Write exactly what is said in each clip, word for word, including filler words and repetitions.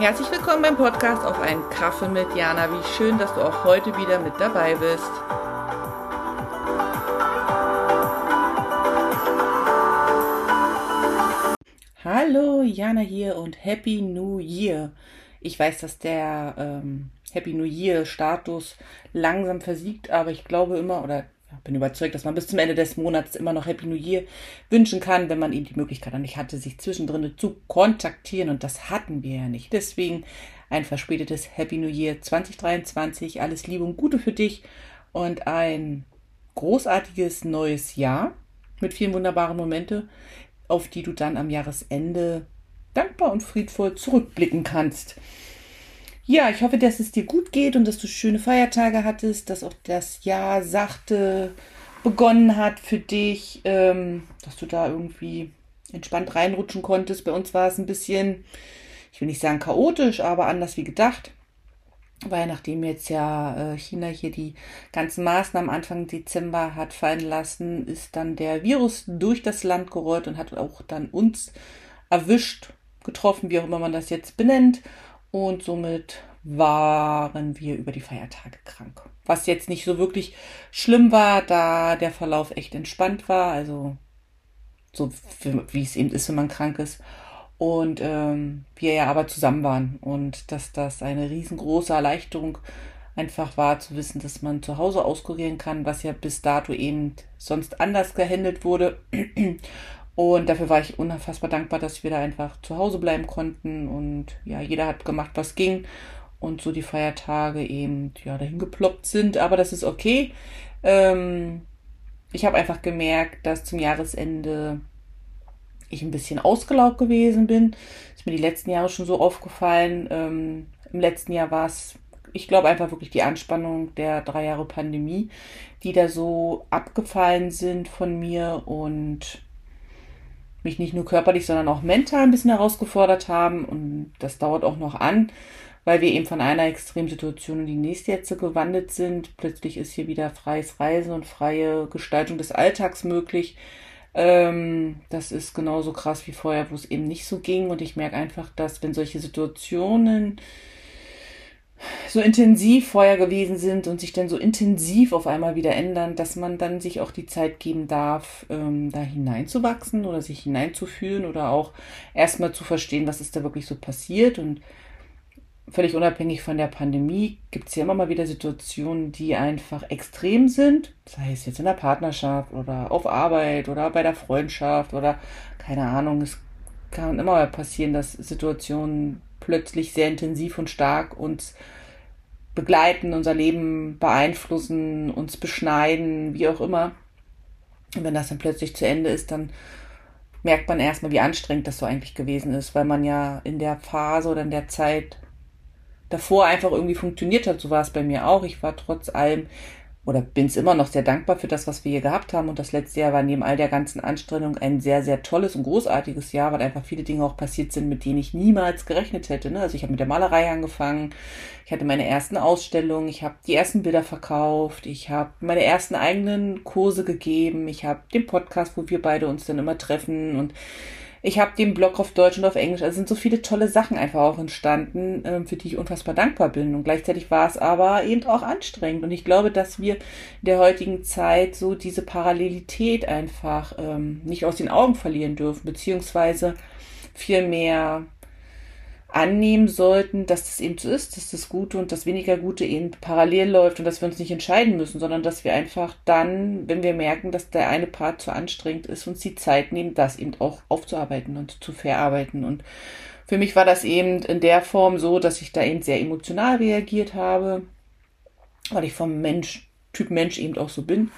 Herzlich willkommen beim Podcast auf einen Kaffee mit Jana. Wie schön, dass du auch heute wieder mit dabei bist. Hallo, Jana hier und Happy New Year. Ich weiß, dass der ähm, Happy New Year Status langsam versiegt, aber ich glaube immer oder ja, bin überzeugt, dass man bis zum Ende des Monats immer noch Happy New Year wünschen kann, wenn man eben die Möglichkeit noch nicht hatte, sich zwischendrin zu kontaktieren, und das hatten wir ja nicht. Deswegen ein verspätetes Happy New Year zwanzig dreiundzwanzig. Alles Liebe und Gute für dich und ein großartiges neues Jahr mit vielen wunderbaren Momente, auf die du dann am Jahresende dankbar und friedvoll zurückblicken kannst. Ja, ich hoffe, dass es dir gut geht und dass du schöne Feiertage hattest, dass auch das Jahr sachte begonnen hat für dich, ähm, dass du da irgendwie entspannt reinrutschen konntest. Bei uns war es ein bisschen, ich will nicht sagen chaotisch, aber anders wie gedacht. Weil nachdem jetzt ja äh, China hier die ganzen Maßnahmen Anfang Dezember hat fallen lassen, ist dann der Virus durch das Land gerollt und hat auch dann uns erwischt, getroffen, wie auch immer man das jetzt benennt. Und somit waren wir über die Feiertage krank. Was jetzt nicht so wirklich schlimm war, da der Verlauf echt entspannt war. Also so wie es eben ist, wenn man krank ist. Und ähm, wir ja aber zusammen waren und dass das eine riesengroße Erleichterung einfach war, zu wissen, dass man zu Hause auskurieren kann, was ja bis dato eben sonst anders gehandelt wurde. Und dafür war ich unfassbar dankbar, dass wir da einfach zu Hause bleiben konnten und ja, jeder hat gemacht, was ging und so die Feiertage eben ja dahin geploppt sind, aber das ist okay. Ähm, ich habe einfach gemerkt, dass zum Jahresende ich ein bisschen ausgelaugt gewesen bin. Ist mir die letzten Jahre schon so aufgefallen. Ähm, im letzten Jahr war es, ich glaube einfach wirklich die Anspannung der drei Jahre Pandemie, die da so abgefallen sind von mir und mich nicht nur körperlich, sondern auch mental ein bisschen herausgefordert haben. Und das dauert auch noch an, weil wir eben von einer Extremsituation in die nächste jetzt gewandelt sind. Plötzlich ist hier wieder freies Reisen und freie Gestaltung des Alltags möglich. Ähm, das ist genauso krass wie vorher, wo es eben nicht so ging. Und ich merke einfach, dass wenn solche Situationen so intensiv vorher gewesen sind und sich dann so intensiv auf einmal wieder ändern, dass man dann sich auch die Zeit geben darf, ähm, da hineinzuwachsen oder sich hineinzufühlen oder auch erstmal zu verstehen, was ist da wirklich so passiert. Und völlig unabhängig von der Pandemie gibt es ja immer mal wieder Situationen, die einfach extrem sind, sei es jetzt in der Partnerschaft oder auf Arbeit oder bei der Freundschaft oder keine Ahnung. Es kann immer mal passieren, dass Situationen plötzlich sehr intensiv und stark uns begleiten, unser Leben beeinflussen, uns beschneiden, wie auch immer. Und wenn das dann plötzlich zu Ende ist, dann merkt man erstmal, wie anstrengend das so eigentlich gewesen ist, weil man ja in der Phase oder in der Zeit davor einfach irgendwie funktioniert hat. So war es bei mir auch. Ich war trotz allem oder bin es immer noch sehr dankbar für das, was wir hier gehabt haben. Und das letzte Jahr war neben all der ganzen Anstrengung ein sehr, sehr tolles und großartiges Jahr, weil einfach viele Dinge auch passiert sind, mit denen ich niemals gerechnet hätte. Also ich habe mit der Malerei angefangen, ich hatte meine ersten Ausstellungen, ich habe die ersten Bilder verkauft, ich habe meine ersten eigenen Kurse gegeben, ich habe den Podcast, wo wir beide uns dann immer treffen, und ich habe den Blog auf Deutsch und auf Englisch. Also sind so viele tolle Sachen einfach auch entstanden, für die ich unfassbar dankbar bin. Und gleichzeitig war es aber eben auch anstrengend. Und ich glaube, dass wir in der heutigen Zeit so diese Parallelität einfach ähm, nicht aus den Augen verlieren dürfen, beziehungsweise viel mehr annehmen sollten, dass das eben so ist, dass das Gute und das weniger Gute eben parallel läuft und dass wir uns nicht entscheiden müssen, sondern dass wir einfach dann, wenn wir merken, dass der eine Part zu anstrengend ist, uns die Zeit nehmen, das eben auch aufzuarbeiten und zu verarbeiten. Und für mich war das eben in der Form so, dass ich da eben sehr emotional reagiert habe, weil ich vom Mensch, Typ Mensch eben auch so bin,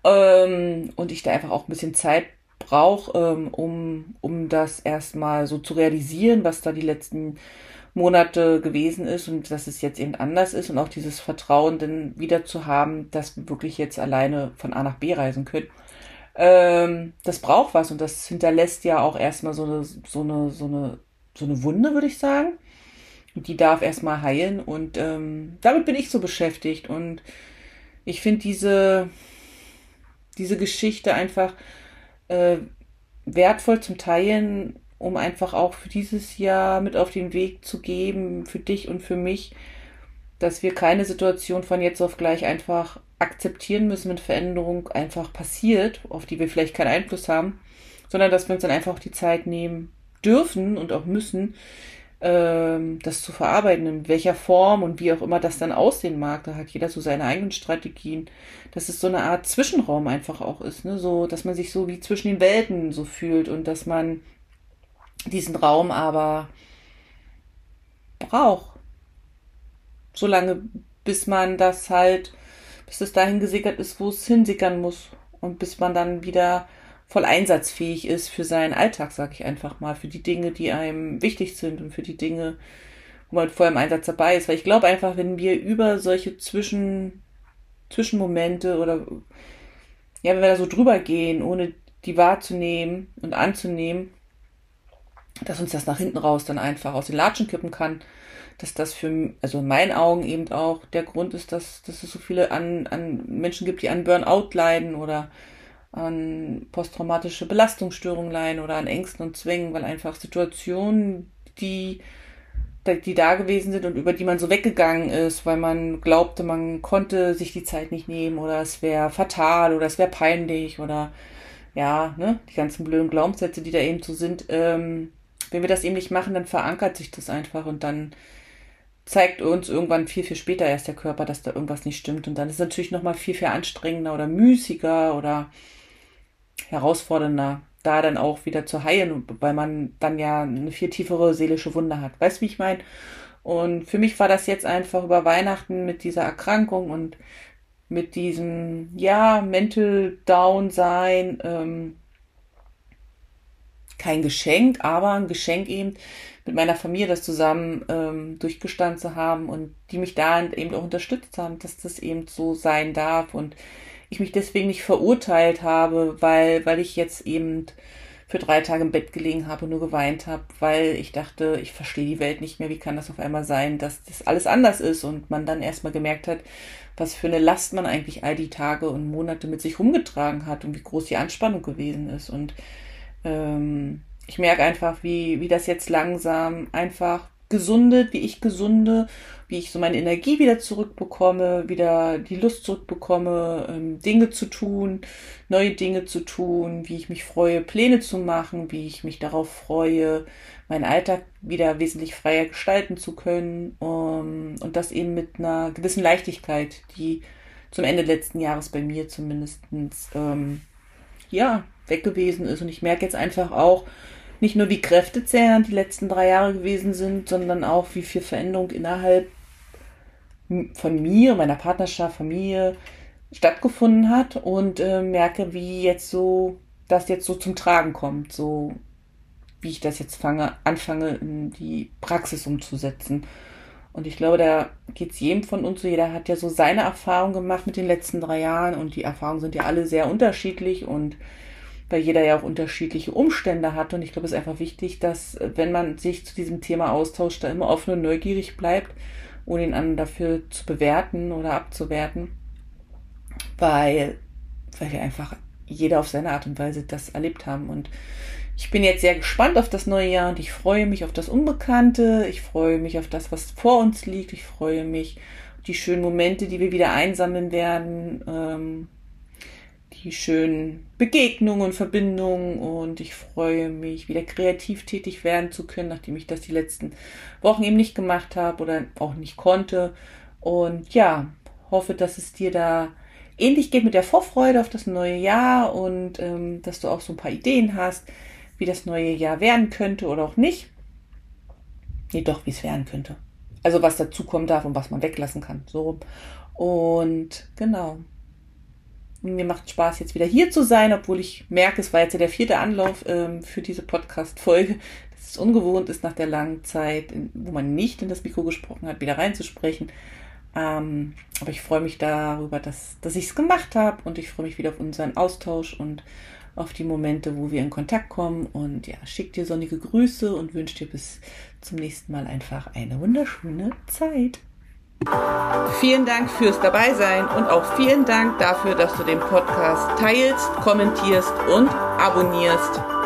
ähm, und ich da einfach auch ein bisschen Zeit brauche, ähm, um, um das erstmal so zu realisieren, was da die letzten Monate gewesen ist und dass es jetzt eben anders ist und auch dieses Vertrauen dann wieder zu haben, dass wir wirklich jetzt alleine von A nach B reisen können. Ähm, das braucht was und das hinterlässt ja auch erstmal so eine, so eine, so eine, so eine Wunde, würde ich sagen. Und die darf erstmal heilen und ähm, damit bin ich so beschäftigt und ich finde diese, diese Geschichte einfach äh, wertvoll zum Teilen, um einfach auch für dieses Jahr mit auf den Weg zu geben, für dich und für mich, dass wir keine Situation von jetzt auf gleich einfach akzeptieren müssen, wenn Veränderung einfach passiert, auf die wir vielleicht keinen Einfluss haben, sondern dass wir uns dann einfach die Zeit nehmen dürfen und auch müssen, ähm, das zu verarbeiten, in welcher Form und wie auch immer das dann aussehen mag. Da hat jeder so seine eigenen Strategien. Dass es so eine Art Zwischenraum einfach auch ist, ne? So, dass man sich so wie zwischen den Welten so fühlt und dass man diesen Raum aber braucht. Solange, bis man das halt, bis es dahin gesickert ist, wo es hinsickern muss. Und bis man dann wieder voll einsatzfähig ist für seinen Alltag, sag ich einfach mal, für die Dinge, die einem wichtig sind und für die Dinge, wo man vorher im Einsatz dabei ist. Weil ich glaube einfach, wenn wir über solche Zwischen, Zwischenmomente oder ja, wenn wir da so drüber gehen, ohne die wahrzunehmen und anzunehmen, dass uns das nach hinten raus dann einfach aus den Latschen kippen kann, dass das für, also in meinen Augen eben auch der Grund ist, dass, dass es so viele an, an Menschen gibt, die an Burnout leiden oder an posttraumatische Belastungsstörungen leiden oder an Ängsten und Zwängen, weil einfach Situationen, die, die da gewesen sind und über die man so weggegangen ist, weil man glaubte, man konnte sich die Zeit nicht nehmen oder es wäre fatal oder es wäre peinlich oder ja, ne, die ganzen blöden Glaubenssätze, die da eben so sind, ähm, wenn wir das eben nicht machen, dann verankert sich das einfach und dann zeigt uns irgendwann viel, viel später erst der Körper, dass da irgendwas nicht stimmt. Und dann ist es natürlich nochmal viel, viel anstrengender oder müßiger oder herausfordernder, da dann auch wieder zu heilen, weil man dann ja eine viel tiefere seelische Wunde hat. Weißt du, wie ich meine? Und für mich war das jetzt einfach über Weihnachten mit dieser Erkrankung und mit diesem, ja, Mental Down sein, ähm, kein Geschenk, aber ein Geschenk eben, mit meiner Familie das zusammen ähm, durchgestanden zu haben und die mich da eben auch unterstützt haben, dass das eben so sein darf und ich mich deswegen nicht verurteilt habe, weil, weil ich jetzt eben für drei Tage im Bett gelegen habe und nur geweint habe, weil ich dachte, ich verstehe die Welt nicht mehr, wie kann das auf einmal sein, dass das alles anders ist und man dann erstmal gemerkt hat, was für eine Last man eigentlich all die Tage und Monate mit sich rumgetragen hat und wie groß die Anspannung gewesen ist und ähm, ich merke einfach, wie, wie das jetzt langsam einfach gesundet, wie ich gesunde, wie ich so meine Energie wieder zurückbekomme, wieder die Lust zurückbekomme, ähm, Dinge zu tun, neue Dinge zu tun, wie ich mich freue, Pläne zu machen, wie ich mich darauf freue, meinen Alltag wieder wesentlich freier gestalten zu können um, und das eben mit einer gewissen Leichtigkeit, die zum Ende letzten Jahres bei mir zumindestens ähm, ja, weg gewesen ist. Und ich merke jetzt einfach auch, nicht nur wie kräftezehrend die letzten drei Jahre gewesen sind, sondern auch wie viel Veränderung innerhalb von mir, meiner Partnerschaft, Familie stattgefunden hat und äh, merke, wie jetzt so, das jetzt so zum Tragen kommt, so wie ich das jetzt fange, anfange in die Praxis umzusetzen. Und ich glaube, da geht es jedem von uns so, jeder hat ja so seine Erfahrung gemacht mit den letzten drei Jahren und die Erfahrungen sind ja alle sehr unterschiedlich und weil jeder ja auch unterschiedliche Umstände hat. Und ich glaube, es ist einfach wichtig, dass, wenn man sich zu diesem Thema austauscht, da immer offen und neugierig bleibt, ohne ihn anderen dafür zu bewerten oder abzuwerten. Weil, weil wir einfach jeder auf seine Art und Weise das erlebt haben. Und ich bin jetzt sehr gespannt auf das neue Jahr und ich freue mich auf das Unbekannte. Ich freue mich auf das, was vor uns liegt. Ich freue mich auf die schönen Momente, die wir wieder einsammeln werden. Ähm, die schönen Begegnungen und Verbindungen und ich freue mich, wieder kreativ tätig werden zu können, nachdem ich das die letzten Wochen eben nicht gemacht habe oder auch nicht konnte. Und ja, hoffe, dass es dir da ähnlich geht mit der Vorfreude auf das neue Jahr und ähm, dass du auch so ein paar Ideen hast, wie das neue Jahr werden könnte oder auch nicht. Nee, doch, wie es werden könnte. Also was dazukommen darf und was man weglassen kann. So. Und genau. Mir macht Spaß, jetzt wieder hier zu sein, obwohl ich merke, es war jetzt ja der vierte Anlauf ähm, für diese Podcast-Folge, dass es ungewohnt ist, nach der langen Zeit, in, wo man nicht in das Mikro gesprochen hat, wieder reinzusprechen. Ähm, aber ich freue mich darüber, dass, dass ich es gemacht habe und ich freue mich wieder auf unseren Austausch und auf die Momente, wo wir in Kontakt kommen. Und ja, schick dir sonnige Grüße und wünsche dir bis zum nächsten Mal einfach eine wunderschöne Zeit. Vielen Dank fürs Dabeisein und auch vielen Dank dafür, dass du den Podcast teilst, kommentierst und abonnierst.